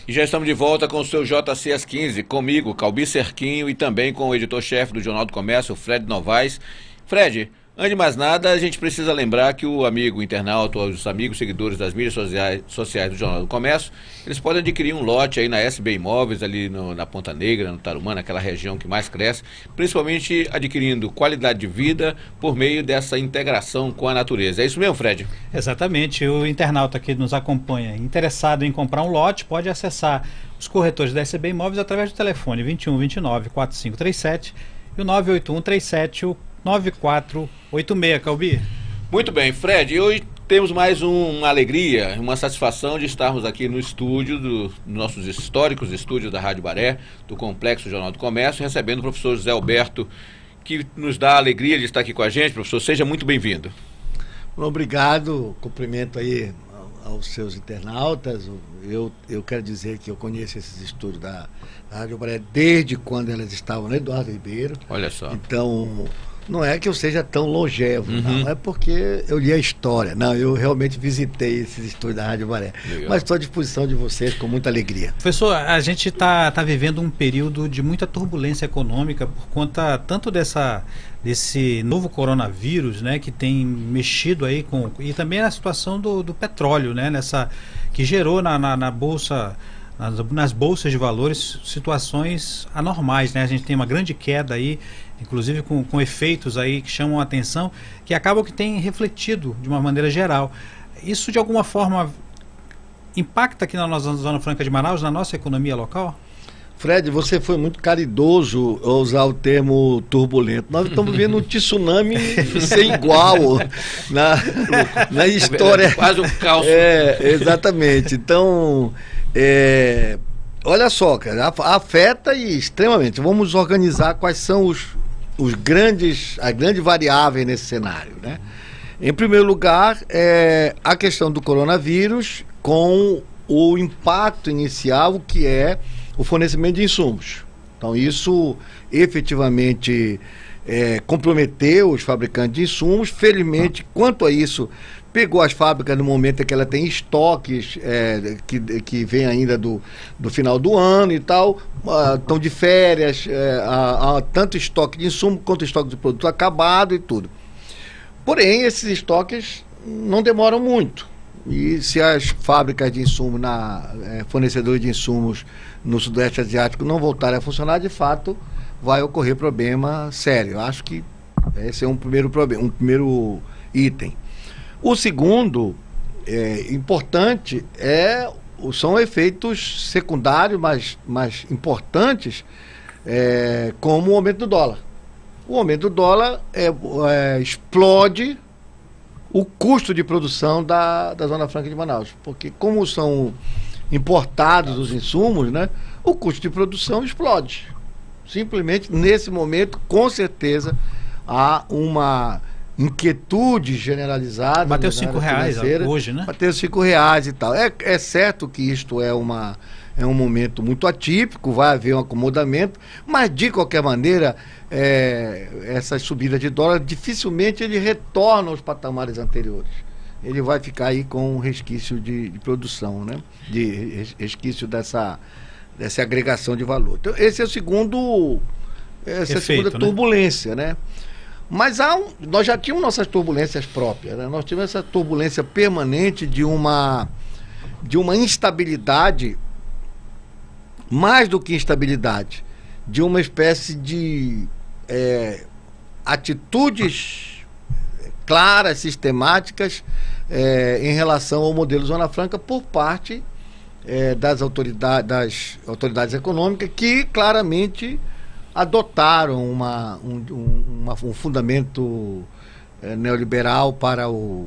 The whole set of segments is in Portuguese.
E já estamos de volta com o seu JC às 15, comigo, Calbi Cerquinho, e também com o editor-chefe do Jornal do Comércio, Fred Novaes. Fred, antes de mais nada, a gente precisa lembrar que o amigo internauta, os amigos seguidores das mídias sociais do Jornal do Comércio, eles podem adquirir um lote aí na SB Imóveis, ali na Ponta Negra, no Tarumã, naquela região que mais cresce, principalmente adquirindo qualidade de vida por meio dessa integração com a natureza. É isso mesmo, Fred? Exatamente. O internauta que nos acompanha, interessado em comprar um lote, pode acessar os corretores da SB Imóveis através do telefone 21 29 4537 e o 981 37 9486, Calbi. Muito bem, Fred, e hoje temos mais uma alegria, uma satisfação de estarmos aqui no estúdio, dos nossos históricos estúdios da Rádio Baré, do Complexo Jornal do Comércio, recebendo o professor José Alberto, que nos dá a alegria de estar aqui com a gente. Professor, seja muito bem-vindo. Obrigado, cumprimento aí aos seus internautas. Eu quero dizer que eu conheço esses estúdios da Rádio Baré desde quando elas estavam no Eduardo Ribeiro. Olha só. Então, não é que eu seja tão longevo, não é porque eu li a história. Não, eu realmente visitei esses estúdios da Rádio Baré. Legal. Mas estou à disposição de vocês com muita alegria. Professor, a gente está vivendo um período de muita turbulência econômica por conta tanto desse novo coronavírus, né, que tem mexido aí e também na situação do petróleo, né, que gerou na bolsa, nas bolsas de valores, situações anormais, né? A gente tem uma grande queda aí, inclusive com efeitos aí que chamam a atenção, que acabam que tem refletido de uma maneira geral. Isso de alguma forma impacta aqui na nossa Zona Franca de Manaus, na nossa economia local? Fred, você foi muito caridoso ao usar o termo turbulento. Nós estamos vendo um tsunami sem igual na história. Quase um caos. Exatamente. Então, olha só, cara, afeta extremamente. Vamos organizar quais são as grandes variáveis nesse cenário, né? Em primeiro lugar, a questão do coronavírus com o impacto inicial, que é o fornecimento de insumos. Então, isso efetivamente comprometeu os fabricantes de insumos. Felizmente, quanto a isso, pegou as fábricas no momento em que ela tem estoques que vem ainda do final do ano e tal, estão de férias, há tanto estoque de insumo quanto estoque de produto acabado e tudo. Porém, esses estoques não demoram muito. E se as fábricas de insumos, fornecedores de insumos no Sudeste Asiático não voltarem a funcionar, de fato, vai ocorrer problema sério. Eu acho que esse é um primeiro problema, um primeiro item. O segundo, importante, são efeitos secundários, mas importantes, como o aumento do dólar. O aumento do dólar explode o custo de produção da Zona Franca de Manaus, porque como são importados os insumos, né, o custo de produção explode. Simplesmente, nesse momento, com certeza, há uma inquietude generalizada. Bateu R$5 hoje, né? Bateu R$5 e tal. É certo que isto é um momento muito atípico, vai haver um acomodamento, mas de qualquer maneira, essa subida de dólar, dificilmente ele retorna aos patamares anteriores. Ele vai ficar aí com um resquício de produção, né? De resquício dessa agregação de valor. Então, esse é o segundo, essa efeito, segunda turbulência, né? Mas nós já tínhamos nossas turbulências próprias, né? Nós tivemos essa turbulência permanente de uma instabilidade, mais do que instabilidade, de uma espécie de atitudes claras, sistemáticas, em relação ao modelo Zona Franca por parte das autoridades econômicas, que claramente adotaram um fundamento neoliberal para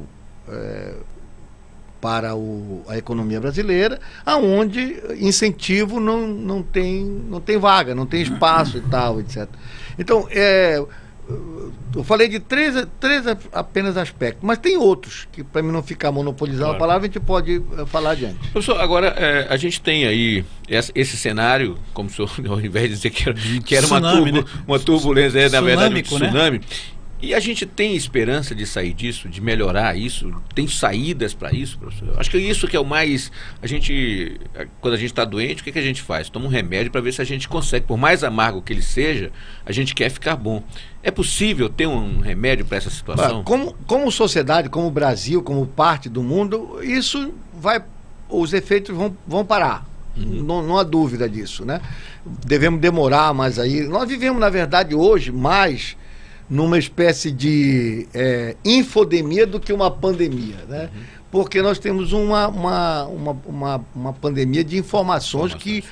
a economia brasileira, aonde incentivo não tem vaga, não tem espaço e tal, etc. Então, eu falei de três apenas aspectos, mas tem outros, que para mim não ficar monopolizando claro. A palavra, a gente pode falar adiante. Professor, agora a gente tem aí esse cenário, como o senhor, ao invés de dizer que era tsunami, uma turbulência, na verdade um tsunami, né? E a gente tem esperança de sair disso, de melhorar isso? Tem saídas para isso, professor? Acho que isso que é o mais... quando a gente está doente, o que a gente faz? Toma um remédio para ver se a gente consegue. Por mais amargo que ele seja, a gente quer ficar bom. É possível ter um remédio para essa situação? Como sociedade, como Brasil, como parte do mundo, isso vai... Os efeitos vão parar. Não há dúvida disso, né? Devemos demorar mais aí. Nós vivemos, na verdade, hoje, mais numa espécie de infodemia do que uma pandemia, né? Porque nós temos uma pandemia de informações que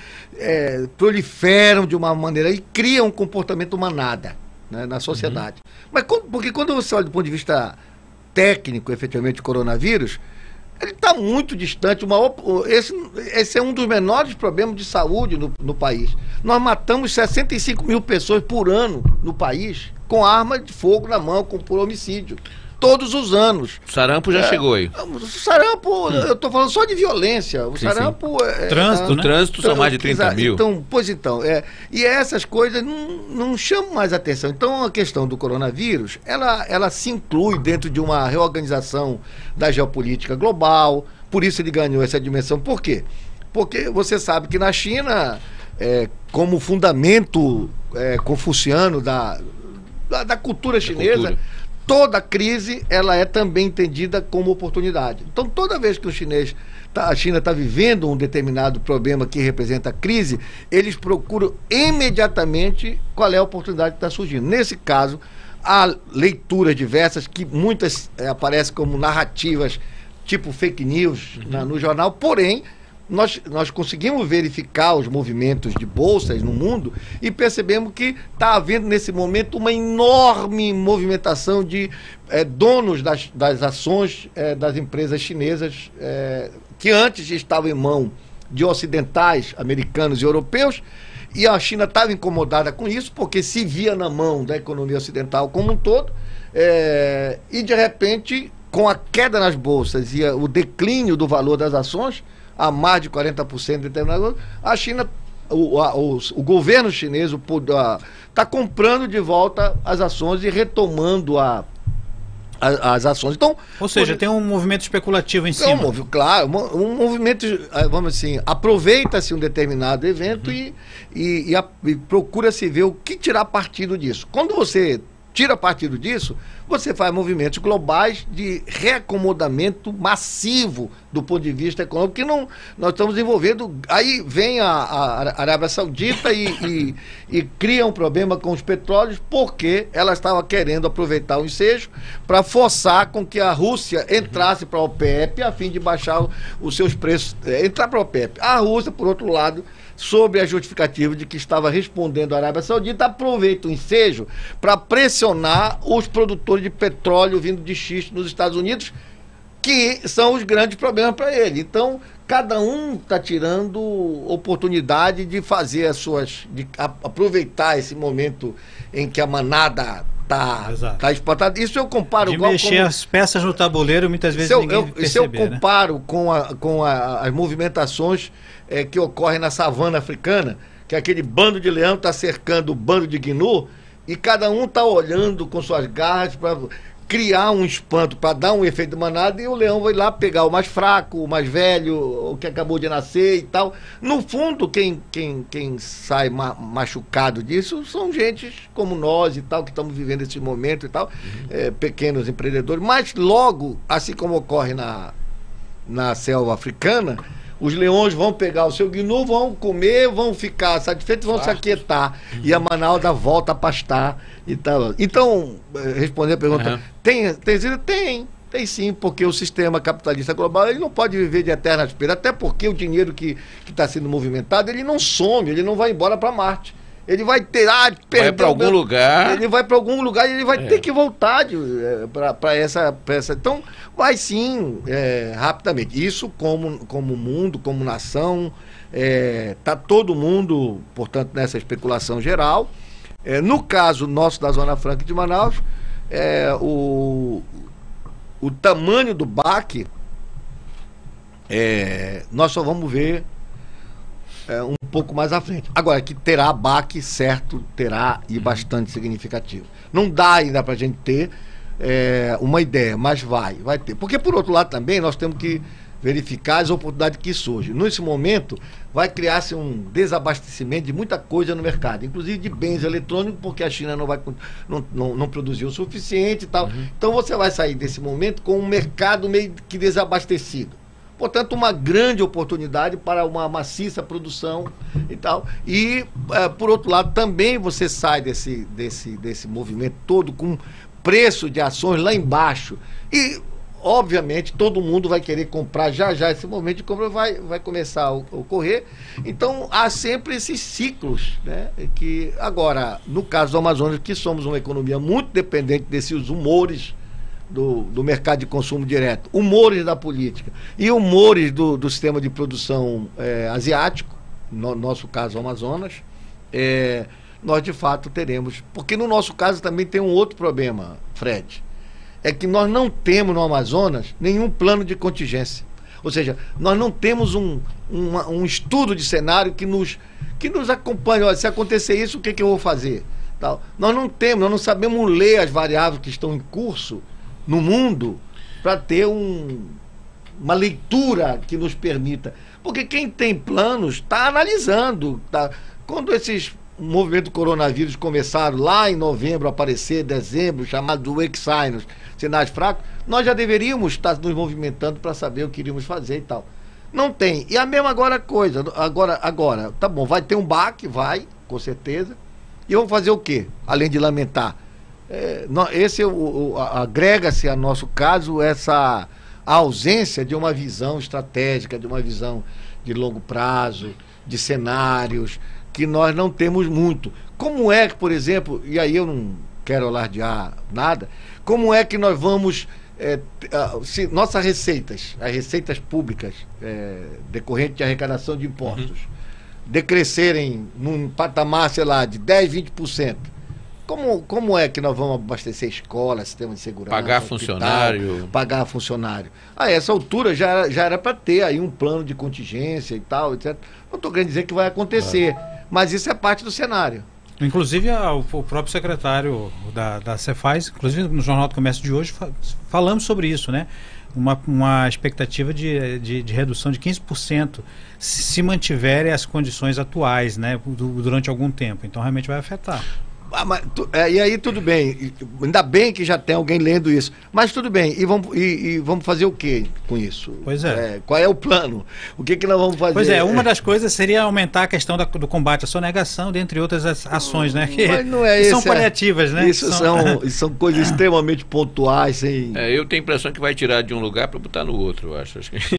proliferam de uma maneira e criam um comportamento manada, né, na sociedade. Mas porque quando você olha do ponto de vista técnico, efetivamente, o coronavírus, ele está muito distante. Esse é um dos menores problemas de saúde no país. Nós matamos 65 mil pessoas por ano no país com arma de fogo na mão, por homicídio. Todos os anos. O sarampo já chegou aí. O sarampo, eu estou falando só de violência. O sarampo... Trânsito, né? Trânsito são mais de 30 mil. Então, e essas coisas não chamam mais atenção. Então, a questão do coronavírus, ela se inclui dentro de uma reorganização da geopolítica global. Por isso ele ganhou essa dimensão. Por quê? Porque você sabe que na China, como fundamento confuciano da cultura chinesa... Toda crise, ela é também entendida como oportunidade. Então, toda vez que a China está vivendo um determinado problema que representa crise, eles procuram imediatamente qual é a oportunidade que está surgindo. Nesse caso, há leituras diversas, que muitas aparecem como narrativas, tipo fake news no jornal, porém, nós conseguimos verificar os movimentos de bolsas no mundo e percebemos que está havendo nesse momento uma enorme movimentação de donos das ações das empresas chinesas que antes estavam em mão de ocidentais, americanos e europeus, e a China estava incomodada com isso porque se via na mão da economia ocidental como um todo, e de repente, com a queda nas bolsas e o declínio do valor das ações, a mais de 40% de determinado, a China, o governo chinês está comprando de volta as ações e retomando as ações. Então, ou seja, tem um movimento especulativo em cima. Claro, um movimento, vamos assim, aproveita-se um determinado evento e procura-se ver o que tirar partido disso. Quando você tira partido disso, você faz movimentos globais de reacomodamento massivo do ponto de vista econômico, que nós estamos envolvendo. Aí vem a Arábia Saudita e cria um problema com os petróleos, porque ela estava querendo aproveitar o ensejo para forçar com que a Rússia entrasse para a OPEP a fim de baixar os seus preços, entrar para a OPEP. A Rússia, por outro lado, sob a justificativa de que estava respondendo à Arábia Saudita, aproveita o ensejo para pressionar os produtores de petróleo vindo de xisto nos Estados Unidos, que são os grandes problemas para ele. Então, cada um está tirando oportunidade de fazer de aproveitar esse momento em que a manada está exportada. Isso eu comparo... De mexer as peças no tabuleiro, muitas vezes ninguém percebe, isso eu comparo, né, com as movimentações que ocorrem na savana africana, que aquele bando de leão está cercando o bando de gnu, e cada um está olhando com suas garras para criar um espanto, para dar um efeito de manada, e o leão vai lá pegar o mais fraco, o mais velho, o que acabou de nascer e tal. No fundo, quem sai machucado disso são gente como nós e tal, que estamos vivendo esse momento e tal, pequenos empreendedores. Mas logo, assim como ocorre na selva africana, os leões vão pegar o seu gnu, vão comer, vão ficar satisfeitos, vão se aquietar. E a manada volta a pastar e tal. Então, respondendo a pergunta, tem sim, porque o sistema capitalista global, ele não pode viver de eternas perdas, até porque o dinheiro que está sendo movimentado, ele não some, ele não vai embora para Marte. Ele vai ter... vai para algum lugar. Ele vai para algum lugar e ele vai ter que voltar para essa... Então, vai sim, rapidamente. Isso como mundo, como nação, está todo mundo, portanto, nessa especulação geral. No caso nosso da Zona Franca de Manaus, o tamanho do baque, nós só vamos ver um pouco mais à frente. Agora, que terá baque, certo, terá, e bastante significativo. Não dá ainda para a gente ter uma ideia, mas vai ter. Porque, por outro lado, também nós temos que verificar as oportunidades que surgem. Nesse momento, vai criar-se um desabastecimento de muita coisa no mercado, inclusive de bens eletrônicos, porque a China não produziu o suficiente e tal. Então, você vai sair desse momento com um mercado meio que desabastecido. Portanto, uma grande oportunidade para uma maciça produção e tal. E, por outro lado, também você sai desse movimento todo com preço de ações lá embaixo. E, obviamente, todo mundo vai querer comprar já. Esse momento de compra vai começar a ocorrer. Então, há sempre esses ciclos, né? Que, agora, no caso do Amazonas, que somos uma economia muito dependente desses humores do mercado de consumo direto, humores da política e humores do sistema de produção asiático, no nosso caso Amazonas, nós de fato teremos, porque no nosso caso também tem um outro problema, Fred, é que nós não temos no Amazonas nenhum plano de contingência, ou seja, nós não temos um estudo de cenário que nos acompanhe. Olha, se acontecer isso, o que eu vou fazer? Tal. Nós não sabemos ler as variáveis que estão em curso no mundo para ter uma leitura que nos permita. Porque quem tem planos está analisando. Quando esses movimentos do coronavírus começaram lá em novembro a aparecer, dezembro, chamado do Wake Signs, sinais fracos, nós já deveríamos estar nos movimentando para saber o que iríamos fazer e tal. Não tem. E a mesma coisa. Agora, tá bom, vai ter um baque, com certeza. E vamos fazer o quê? Além de lamentar. Agrega-se a nosso caso essa ausência de uma visão estratégica, de uma visão de longo prazo, de cenários, que nós não temos muito. Como é que, por exemplo, e aí eu não quero alardear nada, como é que nós vamos, se nossas receitas, as receitas públicas decorrentes de arrecadação de impostos, decrescerem num patamar, sei lá, de 10, 20%, como é que nós vamos abastecer escola, sistema de segurança, pagar hospital, funcionário? Pagar funcionário. A essa altura já era para ter aí um plano de contingência e tal, etc. Não estou querendo dizer que vai acontecer, mas isso é parte do cenário. Inclusive, o próprio secretário da Cefaz, inclusive no Jornal do Comércio de hoje, falamos sobre isso, né? Uma expectativa de redução de 15% se mantiverem as condições atuais, né? Durante algum tempo. Então, realmente vai afetar. E aí tudo bem, ainda bem que já tem alguém lendo isso, mas tudo bem, e vamos fazer o que com isso? Pois é. Qual é o plano? O que nós vamos fazer? Pois é, uma das coisas seria aumentar a questão do combate à sonegação, dentre outras ações, né? Mas não é são paliativas, né? Isso são coisas extremamente pontuais. Sem... eu tenho a impressão que vai tirar de um lugar para botar no outro, eu acho que...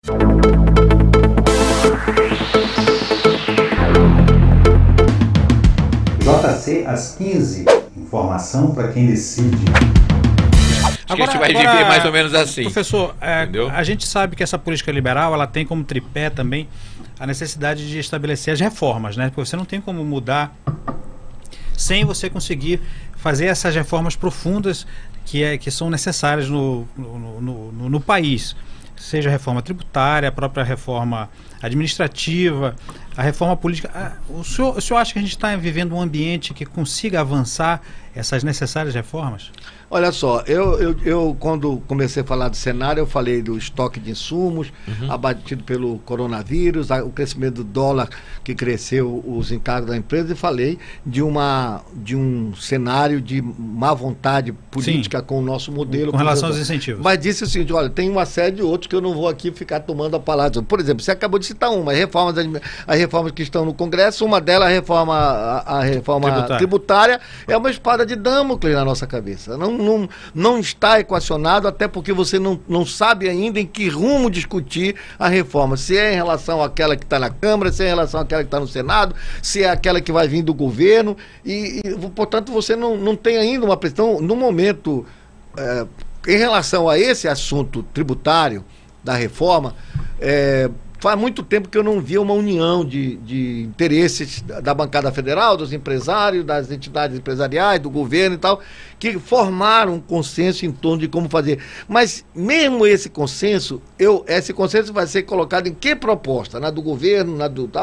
JC às 15. Informação para quem decide. A gente vai viver mais ou menos assim. Professor, a gente sabe que essa política liberal ela tem como tripé também a necessidade de estabelecer as reformas, né? Porque você não tem como mudar sem você conseguir fazer essas reformas profundas que são necessárias no país. Seja a reforma tributária, a própria reforma administrativa, a reforma política. O senhor acha que a gente está vivendo um ambiente que consiga avançar essas necessárias reformas? Olha só, eu quando comecei a falar do cenário, eu falei do estoque de insumos, abatido pelo coronavírus, o crescimento do dólar que cresceu os encargos da empresa, e falei de um cenário de má vontade política. Sim, com o nosso modelo. Com relação aos incentivos. Mas disse o seguinte, olha, tem uma série de outros que eu não vou aqui ficar tomando a palavra. Por exemplo, você acabou de citar as reformas que estão no Congresso, uma delas, a reforma tributária, é uma espada de Damocles na nossa cabeça. Não está equacionado, até porque você não sabe ainda em que rumo discutir a reforma. Se é em relação àquela que está na Câmara, se é em relação àquela que está no Senado, se é aquela que vai vir do governo. Portanto, você não tem ainda uma pressão no momento. Em relação a esse assunto tributário da reforma, faz muito tempo que eu não via uma união de interesses da bancada federal, dos empresários, das entidades empresariais, do governo e tal, que formaram um consenso em torno de como fazer. Mas mesmo esse consenso vai ser colocado em que proposta? Na do governo, na do tal?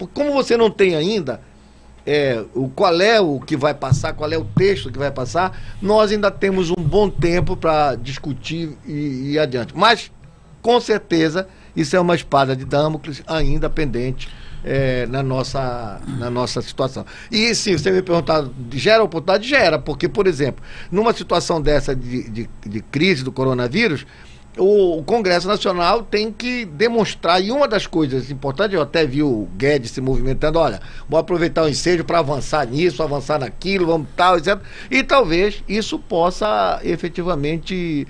Porque como você não tem ainda qual é o que vai passar, qual é o texto que vai passar, nós ainda temos um bom tempo para discutir e ir adiante. Mas, com certeza, isso é uma espada de Damocles ainda pendente na nossa situação. E sim, você me perguntar, gera oportunidade? Gera, porque, por exemplo, numa situação dessa de crise do coronavírus, o Congresso Nacional tem que demonstrar, e uma das coisas importantes, eu até vi o Guedes se movimentando, olha, vou aproveitar o ensejo para avançar nisso, avançar naquilo, vamos tal, etc. E talvez isso possa efetivamente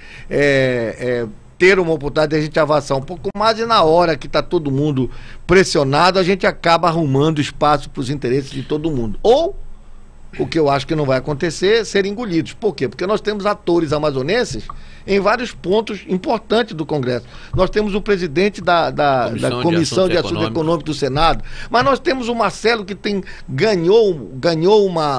ter uma oportunidade de a gente avançar um pouco mais, e na hora que está todo mundo pressionado, a gente acaba arrumando espaço para os interesses de todo mundo. Ou, o que eu acho que não vai acontecer, serem engolidos. Por quê? Porque nós temos atores amazonenses em vários pontos importantes do Congresso. Nós temos o presidente da Comissão de Assuntos Econômicos do Senado, mas nós temos o Marcelo, que ganhou uma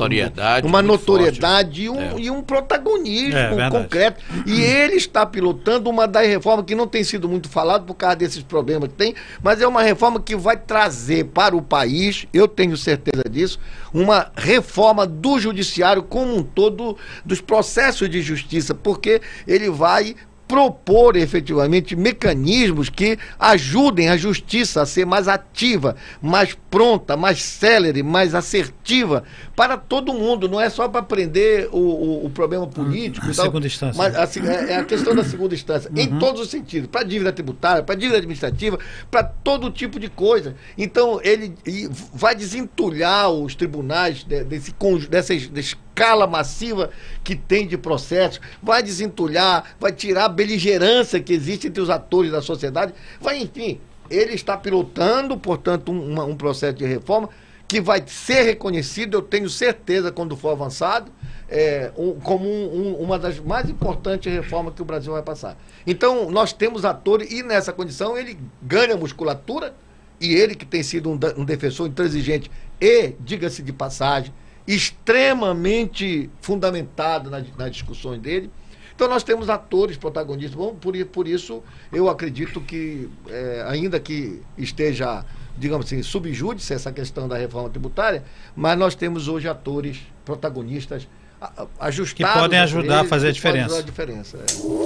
notoriedade e um protagonismo concreto. E ele está pilotando uma das reformas que não tem sido muito falado por causa desses problemas que tem, mas é uma reforma que vai trazer para o país, eu tenho certeza disso, uma reforma do judiciário como um todo, dos processos de justiça, porque ele vai propor efetivamente mecanismos que ajudem a justiça a ser mais ativa, mais pronta, mais célere, mais assertiva para todo mundo, não é só para prender o problema político. Segunda instância. Mas é a questão da segunda instância, em todos os sentidos, para dívida tributária, para dívida administrativa, para todo tipo de coisa. Então, ele vai desentulhar os tribunais dessa escala massiva que tem de processos, vai desentulhar, vai tirar a beligerância que existe entre os atores da sociedade, enfim, ele está pilotando, portanto, um processo de reforma que vai ser reconhecido, eu tenho certeza, quando for avançado, como uma das mais importantes reformas que o Brasil vai passar. Então, nós temos atores, e nessa condição ele ganha musculatura, e ele que tem sido um defensor intransigente e, diga-se de passagem, extremamente fundamentado nas discussões dele. Então nós temos atores protagonistas. Bom, por isso eu acredito que, ainda que esteja, digamos assim, subjúdice essa questão da reforma tributária, mas nós temos hoje atores protagonistas ajustados. Que podem ajudar a fazer a diferença. Podem ajudar a diferença.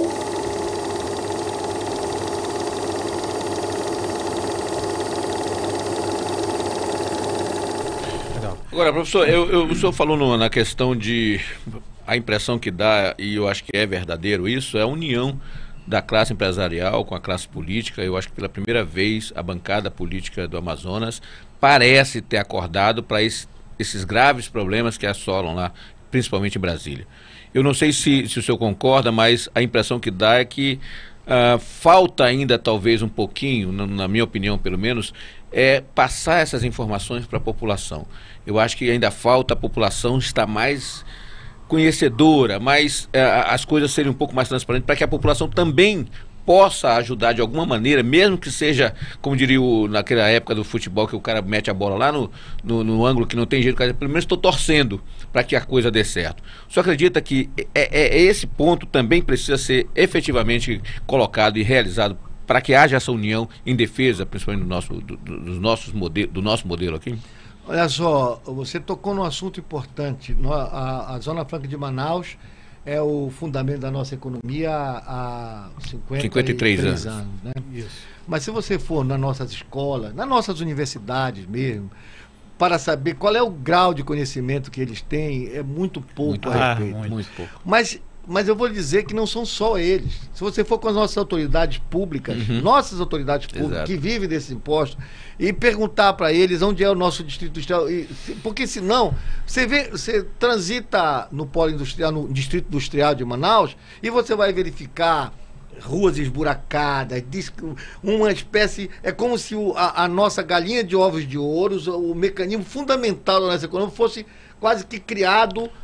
Agora, professor, o senhor falou na questão de a impressão que dá, e eu acho que é verdadeiro isso, é a união da classe empresarial com a classe política. Eu acho que pela primeira vez a bancada política do Amazonas parece ter acordado para esses graves problemas que assolam lá, principalmente em Brasília. Eu não sei se o senhor concorda, mas a impressão que dá é que falta ainda talvez um pouquinho, na minha opinião pelo menos, passar essas informações para a população. Eu acho que ainda falta a população estar mais conhecedora, as coisas serem um pouco mais transparentes, para que a população também possa ajudar de alguma maneira, mesmo que seja, como diria naquela época do futebol, que o cara mete a bola lá no ângulo que não tem jeito, pelo menos estou torcendo para que a coisa dê certo. O senhor acredita que esse ponto também precisa ser efetivamente colocado e realizado para que haja essa união em defesa, principalmente do nosso modelo aqui? Olha só, você tocou num assunto importante. A Zona Franca de Manaus é o fundamento da nossa economia há 53 anos. Né? Isso. Mas se você for nas nossas escolas, nas nossas universidades mesmo, para saber qual é o grau de conhecimento que eles têm, é muito pouco a respeito. Muito pouco. Mas eu vou lhe dizer que não são só eles. Se você for com as nossas autoridades públicas, nossas autoridades públicas, exato, que vivem desses impostos, e perguntar para eles onde é o nosso distrito industrial, porque senão você transita no polo industrial, no distrito industrial de Manaus, e você vai verificar ruas esburacadas, uma espécie, é como se a nossa galinha de ovos de ouro, o mecanismo fundamental da nossa economia, fosse quase que criado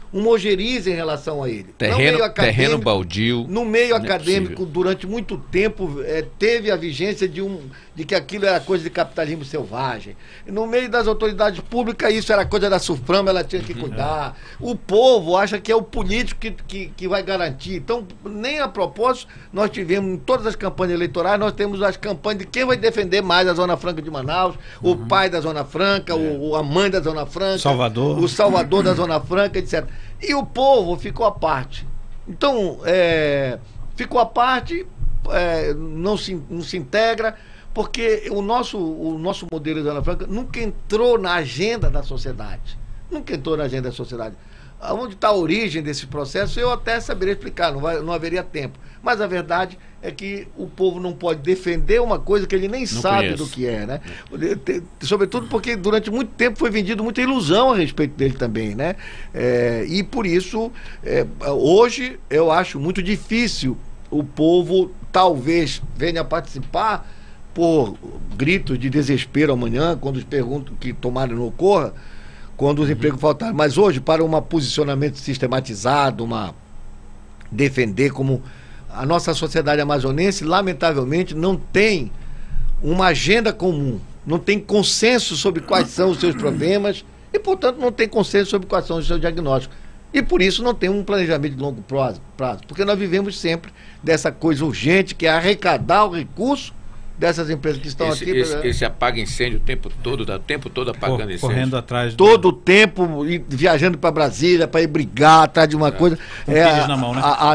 uma ojeriza em relação a ele. Terreno baldio. No meio não é acadêmico, possível. durante muito tempo, teve a vigência de que aquilo era coisa de capitalismo selvagem. No meio das autoridades públicas, isso era coisa da Suframa, ela tinha que cuidar. O povo acha que é o político que vai garantir. Então, nem a propósito, nós tivemos, em todas as campanhas eleitorais, nós temos as campanhas de quem vai defender mais a Zona Franca de Manaus, o pai da Zona Franca, a mãe da Zona Franca, Salvador. o Salvador da Zona Franca, etc. E o povo ficou à parte. Então, ficou à parte, não se integra, porque o nosso modelo de Zona Franca nunca entrou na agenda da sociedade. Nunca entrou na agenda da sociedade. Onde está a origem desse processo, eu até saberia explicar, não haveria tempo. Mas a verdade é que o povo não pode defender uma coisa que ele nem sabe conhece. do que é, né? Sobretudo porque durante muito tempo foi vendido muita ilusão a respeito dele também, né? E por isso, hoje eu acho muito difícil o povo talvez venha participar por gritos de desespero amanhã, quando os perguntam que tomara não ocorra, quando os empregos faltarem. Mas hoje, para um posicionamento sistematizado, defender como a nossa sociedade amazonense, lamentavelmente, não tem uma agenda comum, não tem consenso sobre quais são os seus problemas e, portanto, não tem consenso sobre quais são os seus diagnósticos. E por isso não tem um planejamento de longo prazo, porque nós vivemos sempre dessa coisa urgente que é arrecadar o recurso dessas empresas que estão aqui. Esse apaga incêndio o tempo todo, o tempo todo apagando incêndio. Correndo atrás todo o tempo, viajando para Brasília, para ir brigar atrás de uma coisa. Com pilhas na mão, né? A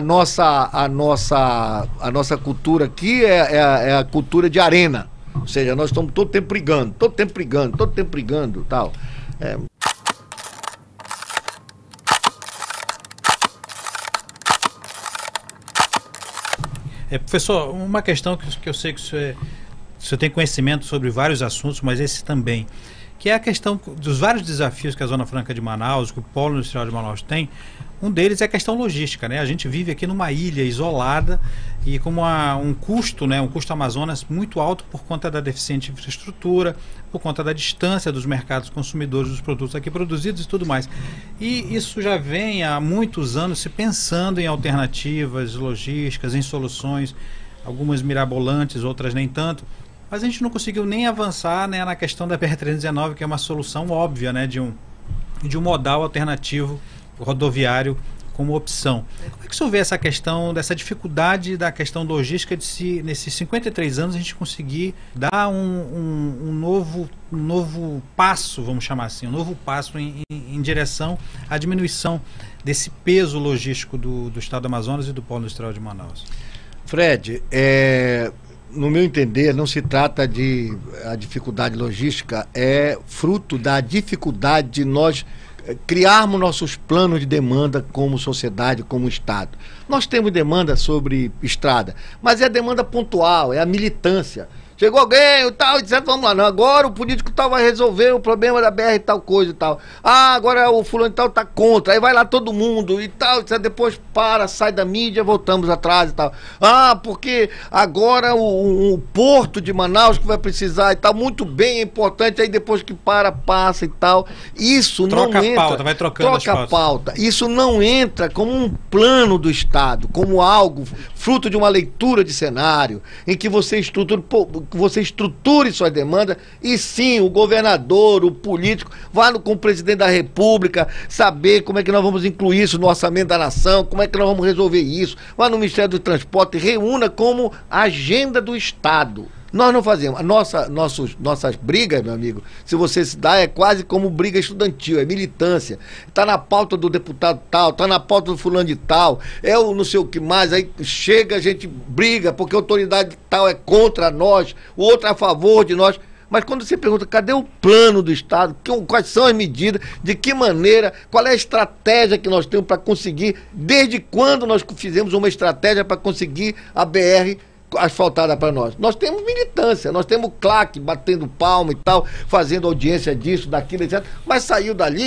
nossa cultura aqui é a cultura de arena. Ou seja, nós estamos todo tempo brigando, tal. Professor, uma questão que eu sei que o senhor tem conhecimento sobre vários assuntos, mas esse também, que é a questão dos vários desafios que a Zona Franca de Manaus, que o Polo Industrial de Manaus tem. Um deles é a questão logística, né? A gente vive aqui numa ilha isolada e com um custo, né? Um custo Amazonas muito alto por conta da deficiente infraestrutura, por conta da distância dos mercados consumidores dos produtos aqui produzidos e tudo mais. E isso já vem há muitos anos se pensando em alternativas logísticas, em soluções, algumas mirabolantes, outras nem tanto. Mas a gente não conseguiu nem avançar, né, na questão da BR-319, que é uma solução óbvia, né, de um modal alternativo rodoviário como opção. Como é que o senhor vê essa questão, dessa dificuldade da questão logística de se, nesses 53 anos, a gente conseguir dar um novo passo, vamos chamar assim, um novo passo em direção à diminuição desse peso logístico do estado do Amazonas e do Polo Industrial de Manaus? Fred, no meu entender, não se trata de a dificuldade logística, é fruto da dificuldade de nós criarmos nossos planos de demanda como sociedade, como Estado. Nós temos demanda sobre estrada, mas é demanda pontual, é a militância. Chegou alguém e tal, e disseram, vamos lá, não, agora o político tal vai resolver o problema da BR e tal coisa e tal. Ah, agora o fulano e tal tá contra, aí vai lá todo mundo e tal, depois sai da mídia, voltamos atrás e tal. Ah, porque agora o porto de Manaus que vai precisar e tal, muito bem, é importante, aí depois que passa e tal. Isso troca não entra. A pauta, vai trocando troca a pauta. Isso não entra como um plano do Estado, como algo fruto de uma leitura de cenário, em que você estruture suas demandas e sim, o governador, o político, vá com o presidente da República saber como é que nós vamos incluir isso no orçamento da nação, como é que nós vamos resolver isso, vá no Ministério do Transporte, reúna como agenda do Estado. Nós não fazemos. Nossas brigas, meu amigo, se você se dá, é quase como briga estudantil, é militância. Está na pauta do deputado tal, está na pauta do fulano de tal, é o não sei o que mais, aí chega, a gente briga, porque a autoridade tal é contra nós, o outro é a favor de nós. Mas quando você pergunta, cadê o plano do Estado? Quais são as medidas? De que maneira? Qual é a estratégia que nós temos para conseguir? Desde quando nós fizemos uma estratégia para conseguir a BR asfaltada para nós? Nós temos militância, nós temos claque batendo palma e tal, fazendo audiência disso, daquilo, etc. Mas saiu dali,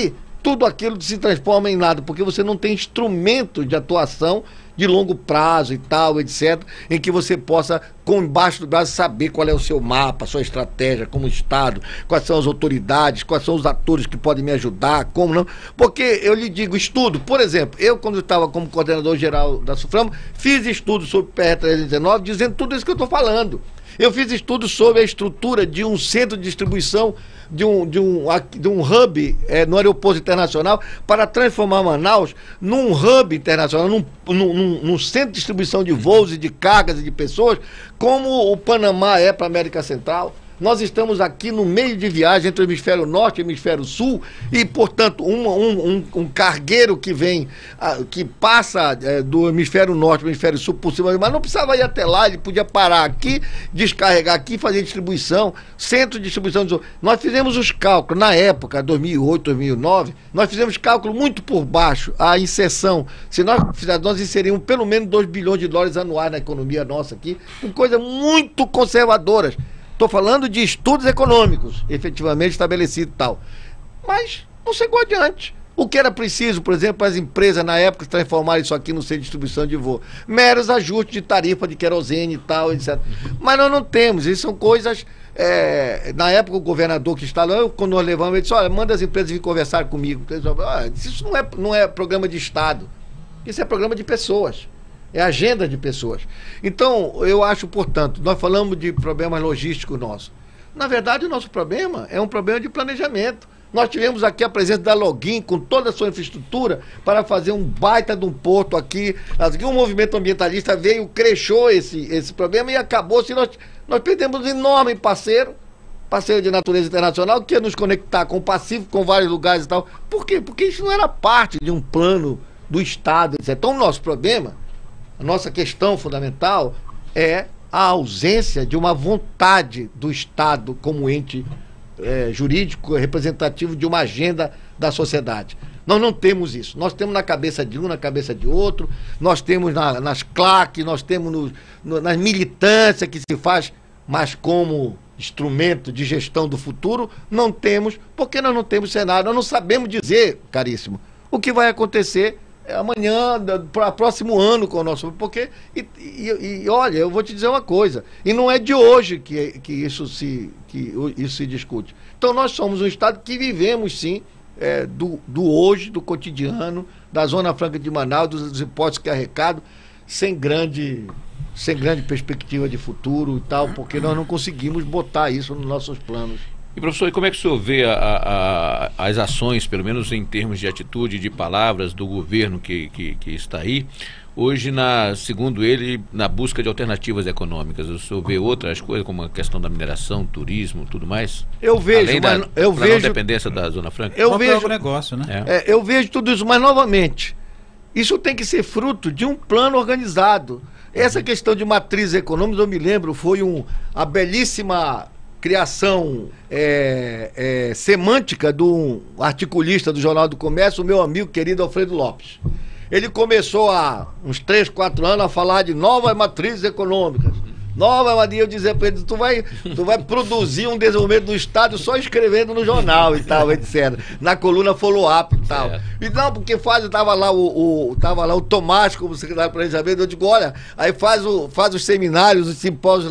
tudo aquilo se transforma em nada, porque você não tem instrumento de atuação de longo prazo e tal, etc., em que você possa, com embaixo do braço, saber qual é o seu mapa, a sua estratégia como Estado, quais são as autoridades, quais são os atores que podem me ajudar, como não. Porque eu lhe digo, estudo, por exemplo, eu quando estava como coordenador geral da SUFRAMO, fiz estudo sobre o PR-319, dizendo tudo isso que eu estou falando. Eu fiz estudos sobre a estrutura de um centro de distribuição, de um hub no aeroporto internacional, para transformar Manaus num hub internacional, num centro de distribuição de voos e de cargas e de pessoas, como o Panamá é para a América Central. Nós estamos aqui no meio de viagem entre o hemisfério norte e o hemisfério sul e, portanto, um cargueiro que vem, que passa do hemisfério norte para o hemisfério sul por cima, mas não precisava ir até lá, ele podia parar aqui, descarregar aqui, fazer distribuição, centro de distribuição. Nós fizemos os cálculos, na época, 2008, 2009, nós fizemos cálculo muito por baixo, a inserção. Se nós inserimos pelo menos 2 bilhões de dólares anuais na economia nossa aqui, com coisas muito conservadoras. Estou falando de estudos econômicos, efetivamente estabelecidos e tal. Mas não chegou adiante. O que era preciso, por exemplo, para as empresas na época transformarem isso aqui no centro de distribuição de voo? Meros ajustes de tarifa de querosene e tal, etc. Mas nós não temos. Isso são coisas... na época o governador que está lá, quando nós levamos, ele disse, olha, manda as empresas vir conversar comigo. Isso não é programa de Estado. Isso é programa de pessoas. É agenda de pessoas. Então, eu acho, portanto, nós falamos de problemas logísticos nossos. Na verdade, o nosso problema é um problema de planejamento. Nós tivemos aqui a presença da Login com toda a sua infraestrutura para fazer um baita de um porto aqui. O movimento ambientalista veio, cresceu esse problema e acabou-se. Nós perdemos um enorme parceiro de natureza internacional, que ia nos conectar com o Pacífico, com vários lugares e tal. Por quê? Porque isso não era parte de um plano do Estado, etc. Então, o nosso problema... A nossa questão fundamental é a ausência de uma vontade do Estado como ente jurídico representativo de uma agenda da sociedade. Nós não temos isso. Nós temos na cabeça de um, na cabeça de outro, nós temos nas claques, nós temos nas militâncias que se faz, mas como instrumento de gestão do futuro, não temos, porque nós não temos cenário, nós não sabemos dizer, caríssimo, o que vai acontecer amanhã, para próximo ano com o nosso... Porque, olha, eu vou te dizer uma coisa, e não é de hoje que isso se discute. Então nós somos um Estado que vivemos sim do hoje, do cotidiano, da Zona Franca de Manaus, dos impostos que arrecado, sem grande perspectiva de futuro e tal, porque nós não conseguimos botar isso nos nossos planos. E professor, e como é que o senhor vê as ações, pelo menos em termos de atitude e de palavras do governo que está aí, hoje, segundo ele, na busca de alternativas econômicas? O senhor vê outras coisas, como a questão da mineração, turismo, tudo mais? Eu vejo, além mas eu vejo... não dependência da Zona Franca? Eu vejo negócio, né? Eu vejo tudo isso, mas novamente, isso tem que ser fruto de um plano organizado. Essa questão de matriz econômica, eu me lembro, foi a belíssima... criação semântica de um articulista do Jornal do Comércio, o meu amigo querido Alfredo Lopes. Ele começou há uns 3, 4 anos a falar de novas matrizes econômicas. Nova maneira, eu dizer para ele, tu vai produzir um desenvolvimento do Estado só escrevendo no jornal e tal, etc. Na coluna follow-up e tal. E não, porque estava lá o Tomás como secretário de planejamento, eu digo, olha, aí faz os seminários, os simpósios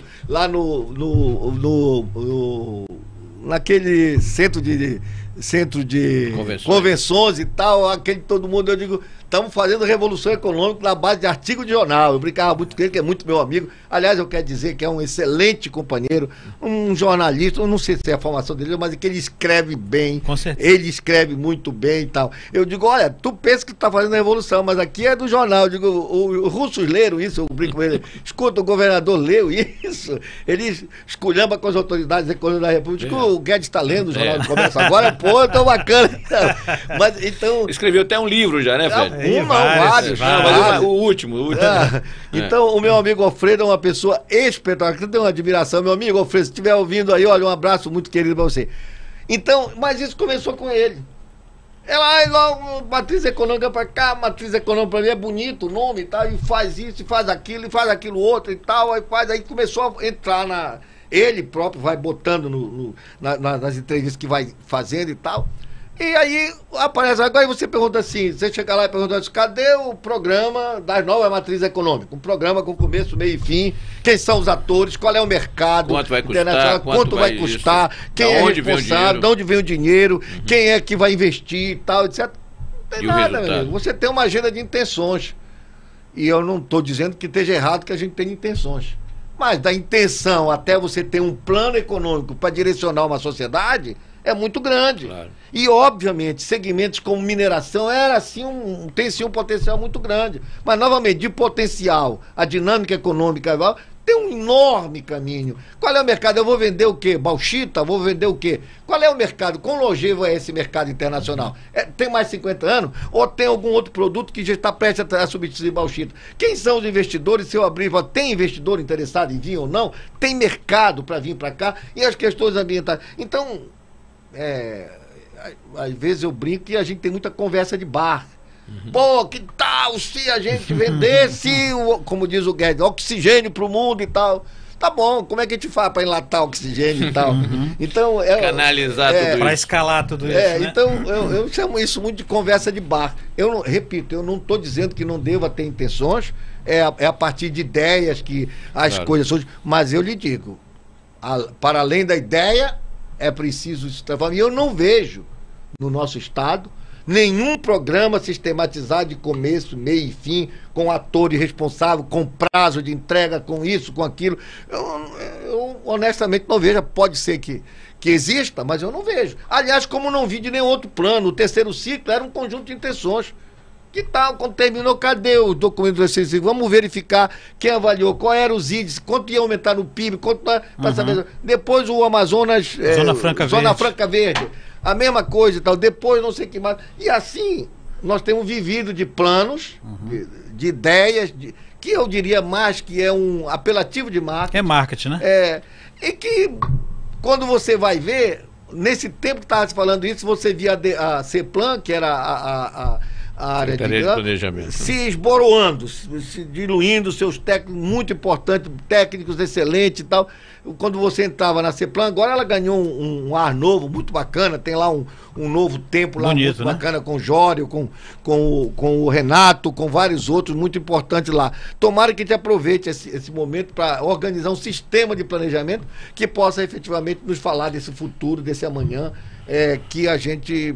naquele centro de convenções e tal, aquele todo mundo, eu digo, estamos fazendo revolução econômica na base de artigo de jornal. Eu brincava muito com ele, que é muito meu amigo. Aliás, eu quero dizer que é um excelente companheiro, um jornalista, eu não sei se é a formação dele, mas é que ele escreve bem. Com certeza. Ele escreve muito bem e tal. Eu digo, olha, tu pensa que tu tá fazendo revolução, mas aqui é do jornal. Eu digo, os russos leram isso, eu brinco com ele. Escuta, o governador leu isso. Ele esculhamba com as autoridades econômicas da República. O Guedes está lendo o Jornal do Comércio agora, pô, tão bacana. Mas, então... Escreveu até um livro já, né, Fred? Vários. O último. Então, o meu amigo Alfredo é uma pessoa espetacular. Eu tenho uma admiração, meu amigo Alfredo, se estiver ouvindo aí, olha, um abraço muito querido para você. Então, mas isso começou com ele. Logo, matriz econômica para cá, matriz econômica para mim é bonito o nome e tal, e faz isso, e faz aquilo outro e tal, aí começou a entrar ele próprio vai botando nas entrevistas que vai fazendo e tal. E aí aparece, agora você pergunta assim, você chega lá e pergunta assim, cadê o programa das novas matrizes econômicas? Um programa com começo, meio e fim, quem são os atores, qual é o mercado, quanto vai custar, quanto vai custar, quem é responsável, de onde vem o dinheiro, quem é que vai investir e tal, etc. Não tem nada, meu amigo. Você tem uma agenda de intenções. E eu não estou dizendo que esteja errado que a gente tenha intenções. Mas da intenção até você ter um plano econômico para direcionar uma sociedade é muito grande. Claro. E, obviamente, segmentos como mineração tem sim um potencial muito grande. Mas, novamente, de potencial, a dinâmica econômica tem um enorme caminho. Qual é o mercado? Eu vou vender o quê? Bauxita? Vou vender o quê? Qual é o mercado? Quão longevo é esse mercado internacional? Tem mais de 50 anos? Ou tem algum outro produto que já está prestes a substituir bauxita? Quem são os investidores? Se eu abrir, tem investidor interessado em vir ou não? Tem mercado para vir para cá? E as questões ambientais? Então, às vezes eu brinco que a gente tem muita conversa de bar. Pô, que tal se a gente vendesse, como diz o Guedes, oxigênio pro mundo e tal? Tá bom, como é que a gente faz para enlatar oxigênio e tal? Então, canalizar tudo isso. Para escalar tudo isso, né? Então, eu chamo isso muito de conversa de bar. Repito, eu não estou dizendo que não deva ter intenções, é a partir de ideias que as coisas surgem, mas eu lhe digo, para além da ideia, é preciso se transformar. E eu não vejo no nosso Estado nenhum programa sistematizado de começo, meio e fim, com atores responsável, com prazo de entrega, com isso, com aquilo. Eu honestamente não vejo. Pode ser que exista, mas eu não vejo. Aliás, como não vi de nenhum outro plano, o terceiro ciclo era um conjunto de intenções. Que tal, quando terminou, cadê os documentos do terceiro ciclo? Vamos verificar quem avaliou, qual era os índices, quanto ia aumentar no PIB, quanto para saber. Depois o Amazonas, Zona Franca Verde. A mesma coisa e tal, depois não sei o que mais. E assim, nós temos vivido de planos, de ideias, que eu diria mais que é um apelativo de marketing. É marketing, né? E que, quando você vai ver, nesse tempo que estava se falando isso, você via a CEPLAN, que era a área de planejamento, se esboroando, se diluindo, seus técnicos muito importantes, técnicos excelentes e tal. Quando você entrava na CEPLAN, agora ela ganhou um ar novo, muito bacana, tem lá um novo tempo lá, bonito, muito bacana, com o Jório, com o Renato, com vários outros, muito importantes lá. Tomara que te aproveite esse momento para organizar um sistema de planejamento que possa efetivamente nos falar desse futuro, desse amanhã, que a gente...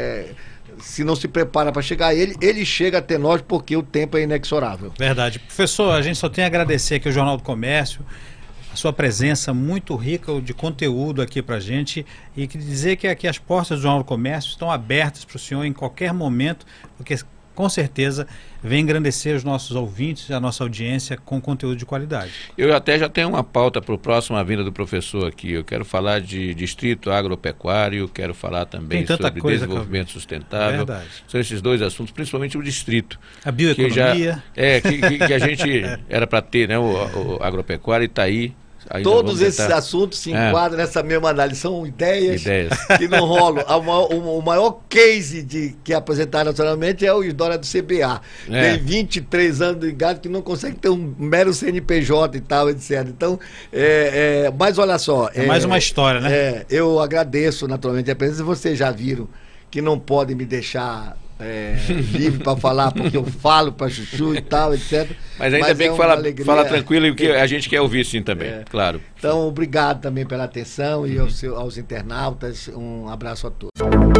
se não se prepara para chegar a ele chega até nós porque o tempo é inexorável. Verdade. Professor, a gente só tem a agradecer aqui ao Jornal do Comércio, a sua presença muito rica de conteúdo aqui para a gente, e dizer que aqui as portas do Jornal do Comércio estão abertas para o senhor em qualquer momento, porque com certeza vem engrandecer os nossos ouvintes, a nossa audiência com conteúdo de qualidade. Eu até já tenho uma pauta para o próximo vinda do professor aqui. Eu quero falar de distrito agropecuário, quero falar também sobre desenvolvimento sustentável. Verdade. São esses dois assuntos, principalmente o distrito. A bioeconomia. Que a gente era para ter, né? O agropecuário e está aí. Todos esses assuntos se enquadram nessa mesma análise. São ideias que não rolam. O maior case que apresentaram nacionalmente é o história do CBA. Tem 23 anos de gado que não consegue ter um mero CNPJ e tal, etc. Então, mas olha só. Mais uma história, né? Eu agradeço naturalmente a presença. Vocês já viram que não podem me deixar livre para falar, porque eu falo para chuchu e tal, etc. Mas ainda bem que fala tranquilo, e que a gente quer ouvir sim também, claro. Então, obrigado também pela atenção e aos internautas. Um abraço a todos.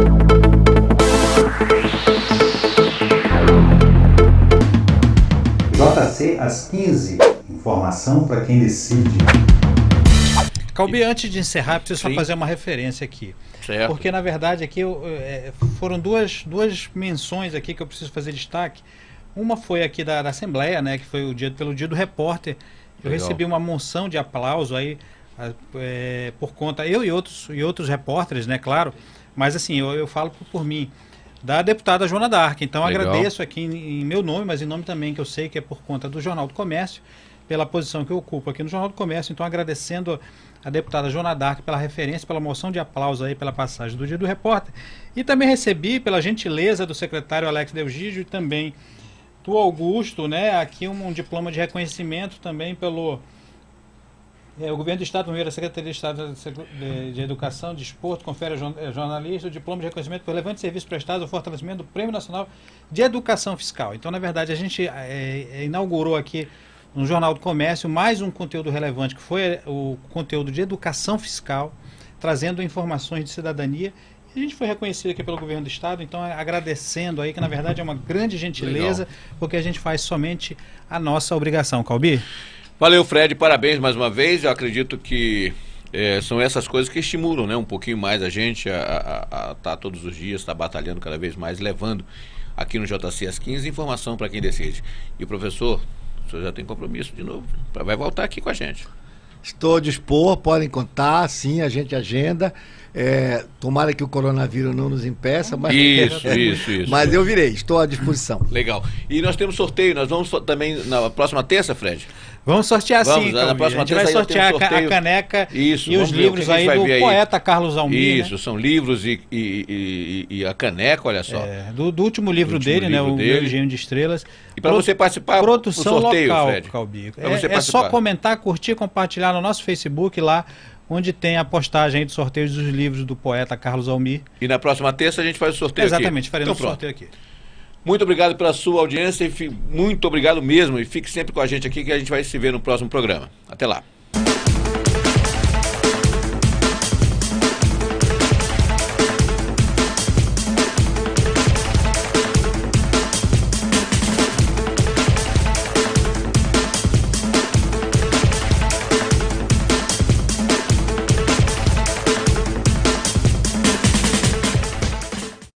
JC às 15. Informação para quem decide. Calbi, antes de encerrar, eu preciso só fazer uma referência aqui. Certo. Porque, na verdade, aqui foram duas menções aqui que eu preciso fazer destaque. Uma foi aqui da Assembleia, né, que foi pelo dia do repórter. Eu recebi uma moção de aplauso aí, por conta, eu e outros repórteres, né, claro, mas assim, eu falo por mim, da deputada Joana D'Arc. Então, agradeço aqui em meu nome, mas em nome também, que eu sei que é por conta do Jornal do Comércio, pela posição que eu ocupo aqui no Jornal do Comércio. Então, agradecendo a deputada Joana D'Arc pela referência, pela moção de aplauso aí, pela passagem do Dia do Repórter. E também recebi, pela gentileza do secretário Alex Delgígio e também do Augusto, né, aqui um diploma de reconhecimento também O Governo do Estado, primeiro, a Secretaria de Estado de Educação, Desporto, confere ao jornalista o diploma de reconhecimento por relevantes serviços prestados ao fortalecimento do Prêmio Nacional de Educação Fiscal. Então, na verdade, a gente inaugurou aqui no Jornal do Comércio mais um conteúdo relevante, que foi o conteúdo de educação fiscal, trazendo informações de cidadania. A gente foi reconhecido aqui pelo Governo do Estado, então agradecendo aí, que na verdade é uma grande gentileza, legal, porque a gente faz somente a nossa obrigação. Calbi? Valeu, Fred, parabéns mais uma vez. Eu acredito que são essas coisas que estimulam, né, um pouquinho mais a gente a estar todos os dias, estar batalhando cada vez mais, levando aqui no JC às 15 informação para quem decide. E professor, o senhor já tem compromisso de novo, vai voltar aqui com a gente. Estou a dispor, podem contar, sim, a gente agenda. Tomara que o coronavírus não nos impeça, mas isso. Mas eu virei, estou à disposição. Legal. E nós temos sorteio, nós vamos também na próxima terça, Fred? Vamos sortear, sim. Na próxima a gente vai sortear a caneca e os livros aí do poeta Carlos Almir. Isso, né? São livros e a caneca, olha só. Do último livro dele, né? O Meu Engenho de Estrelas. E para você participar do sorteio, local, Fred. Calbi. É só comentar, curtir, compartilhar no nosso Facebook lá, onde tem a postagem aí dos sorteios dos livros do poeta Carlos Almir. E na próxima terça a gente faz o sorteio aqui. Exatamente, faremos o sorteio aqui. Muito obrigado pela sua audiência, muito obrigado mesmo, e fique sempre com a gente aqui que a gente vai se ver no próximo programa. Até lá.